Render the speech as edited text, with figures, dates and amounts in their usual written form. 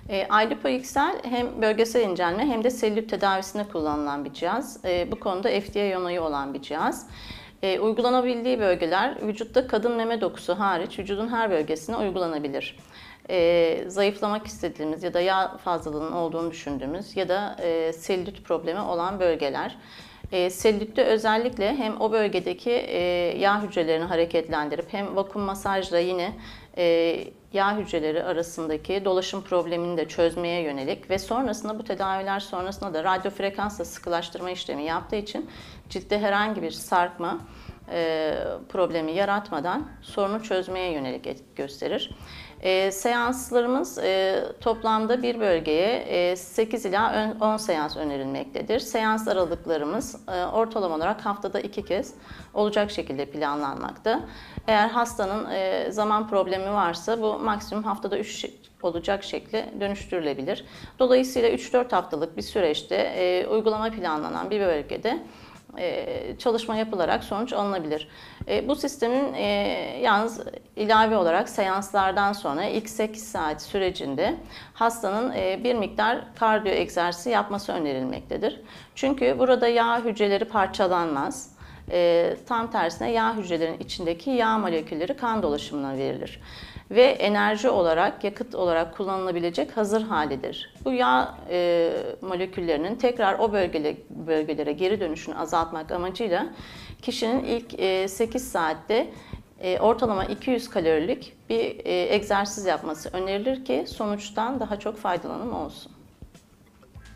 iLipoXL hem bölgesel incelme hem de selülit tedavisinde kullanılan bir cihaz. Bu konuda FDA onayı olan bir cihaz. Uygulanabildiği bölgeler vücutta kadın meme dokusu hariç vücudun her bölgesine uygulanabilir. Zayıflamak istediğimiz ya da yağ fazlalığının olduğunu düşündüğümüz ya da selülit problemi olan bölgeler. Selülitte özellikle hem o bölgedeki yağ hücrelerini hareketlendirip hem vakum masajla yine yağ hücreleri arasındaki dolaşım problemini de çözmeye yönelik ve sonrasında bu tedaviler sonrasında da radyo frekansla sıkılaştırma işlemi yaptığı için ciltte herhangi bir sarkma problemi yaratmadan sorunu çözmeye yönelik gösterir. Seanslarımız toplamda bir bölgeye 8 ila 10 seans önerilmektedir. Seans aralıklarımız ortalama olarak haftada 2 kez olacak şekilde planlanmakta. Eğer hastanın zaman problemi varsa bu maksimum haftada 3 olacak şekilde dönüştürülebilir. Dolayısıyla 3-4 haftalık bir süreçte uygulama planlanan bir bölgede çalışma yapılarak sonuç alınabilir. Bu sistemin yalnız ilave olarak seanslardan sonra ilk 8 saat sürecinde hastanın bir miktar kardiyo egzersizi yapması önerilmektedir. Çünkü burada yağ hücreleri parçalanmaz. Tam tersine yağ hücrelerinin içindeki yağ molekülleri kan dolaşımına verilir. Ve enerji olarak, yakıt olarak kullanılabilecek hazır halidir. Bu yağ moleküllerinin tekrar o bölgelere geri dönüşünü azaltmak amacıyla kişinin ilk 8 saatte ortalama 200 kalorilik bir egzersiz yapması önerilir ki sonuçtan daha çok faydalanım olsun.